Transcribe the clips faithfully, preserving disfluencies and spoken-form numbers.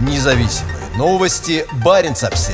Независимые новости. Баренц-Обсервер.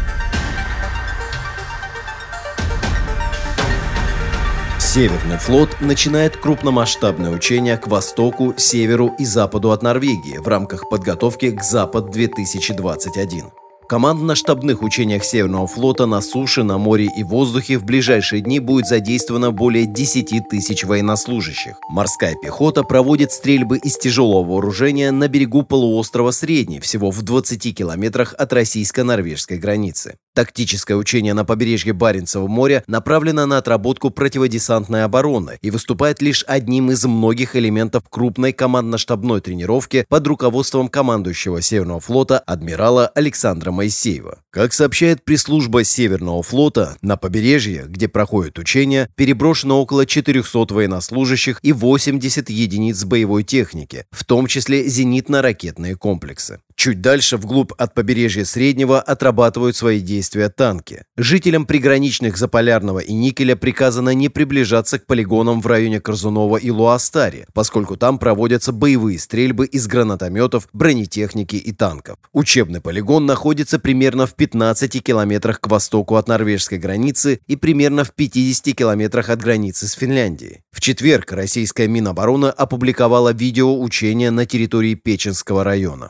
Северный флот начинает крупномасштабное учение к востоку, северу и западу от Норвегии в рамках подготовки к Запад-две тысячи двадцать один. В командно-штабных учениях Северного флота на суше, на море и воздухе в ближайшие дни будет задействовано более десяти тысяч военнослужащих. Морская пехота проводит стрельбы из тяжелого вооружения на берегу полуострова Средний, всего в двадцати километрах от российско-норвежской границы. Тактическое учение на побережье Баренцева моря направлено на отработку противодесантной обороны и выступает лишь одним из многих элементов крупной командно-штабной тренировки под руководством командующего Северного флота адмирала Александра Моисеева. Как сообщает пресс-служба Северного флота, на побережье, где проходит учение, переброшено около четырехсот военнослужащих и восьмидесяти единиц боевой техники, в том числе зенитно-ракетные комплексы. Чуть дальше, вглубь от побережья Среднего, отрабатывают свои действия танки. Жителям приграничных Заполярного и Никеля приказано не приближаться к полигонам в районе Корзунова и Луастари, поскольку там проводятся боевые стрельбы из гранатометов, бронетехники и танков. Учебный полигон находится примерно в пятнадцати километрах к востоку от норвежской границы и примерно в пятидесяти километрах от границы с Финляндией. В четверг российская Минобороны опубликовала видео учения на территории Печенского района.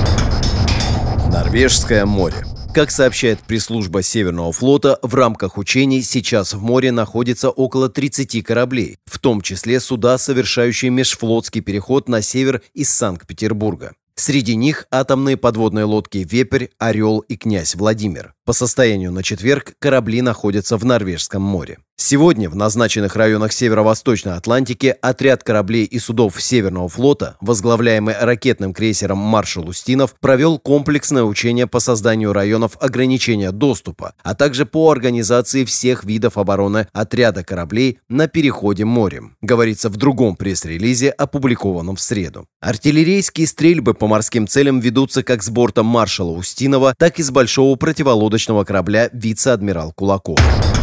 Норвежское море. Как сообщает пресс-служба Северного флота, в рамках учений сейчас в море находится около тридцати кораблей, в том числе суда, совершающие межфлотский переход на север из Санкт-Петербурга. Среди них атомные подводные лодки «Вепрь», «Орел» и «Князь Владимир». По состоянию на четверг корабли находятся в Норвежском море. Сегодня в назначенных районах Северо-Восточной Атлантики отряд кораблей и судов Северного флота, возглавляемый ракетным крейсером «Маршал Устинов», провел комплексное учение по созданию районов ограничения доступа, а также по организации всех видов обороны отряда кораблей на переходе морем, говорится в другом пресс-релизе, опубликованном в среду. Артиллерийские стрельбы по морским целям ведутся как с борта маршала Устинова, так и с большого противолодочного корабля «Вице-адмирал Кулаков».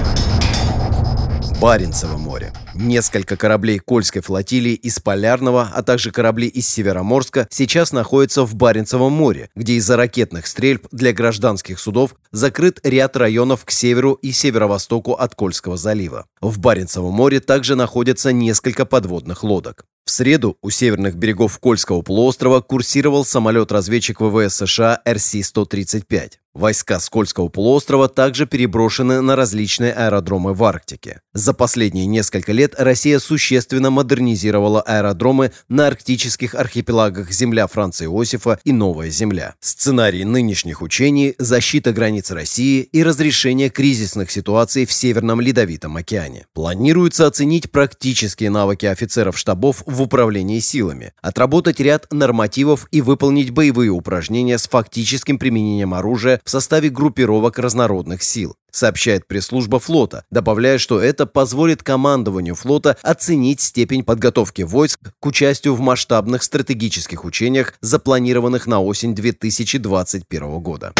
Баренцево море. Несколько кораблей Кольской флотилии из Полярного, а также корабли из Североморска сейчас находятся в Баренцевом море, где из-за ракетных стрельб для гражданских судов закрыт ряд районов к северу и северо-востоку от Кольского залива. В Баренцевом море также находятся несколько подводных лодок. В среду у северных берегов Кольского полуострова курсировал самолет-разведчик ВВС США Эр Си сто тридцать пять. Войска с Кольского полуострова также переброшены на различные аэродромы в Арктике. За последние несколько лет Россия существенно модернизировала аэродромы на арктических архипелагах Земля Франца Иосифа и Новая Земля. Сценарий нынешних учений – защита границ России и разрешение кризисных ситуаций в Северном Ледовитом океане. Планируется оценить практические навыки офицеров штабов в управлении силами, отработать ряд нормативов и выполнить боевые упражнения с фактическим применением оружия в составе группировок разнородных сил, сообщает пресс-служба флота, добавляя, что это позволит командованию флота оценить степень подготовки войск к участию в масштабных стратегических учениях, запланированных на осень две тысячи двадцать первого года.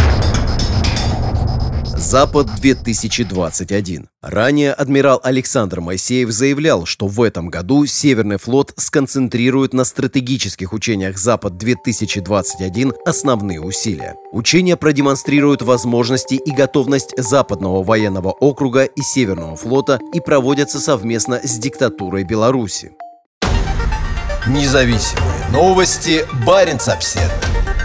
Запад-две тысячи двадцать один. Ранее адмирал Александр Моисеев заявлял, что в этом году Северный флот сконцентрирует на стратегических учениях Запад-две тысячи двадцать один основные усилия. Учения продемонстрируют возможности и готовность Западного военного округа и Северного флота и проводятся совместно с диктатурой Беларуси. Независимые новости. Баренц-Обсервер.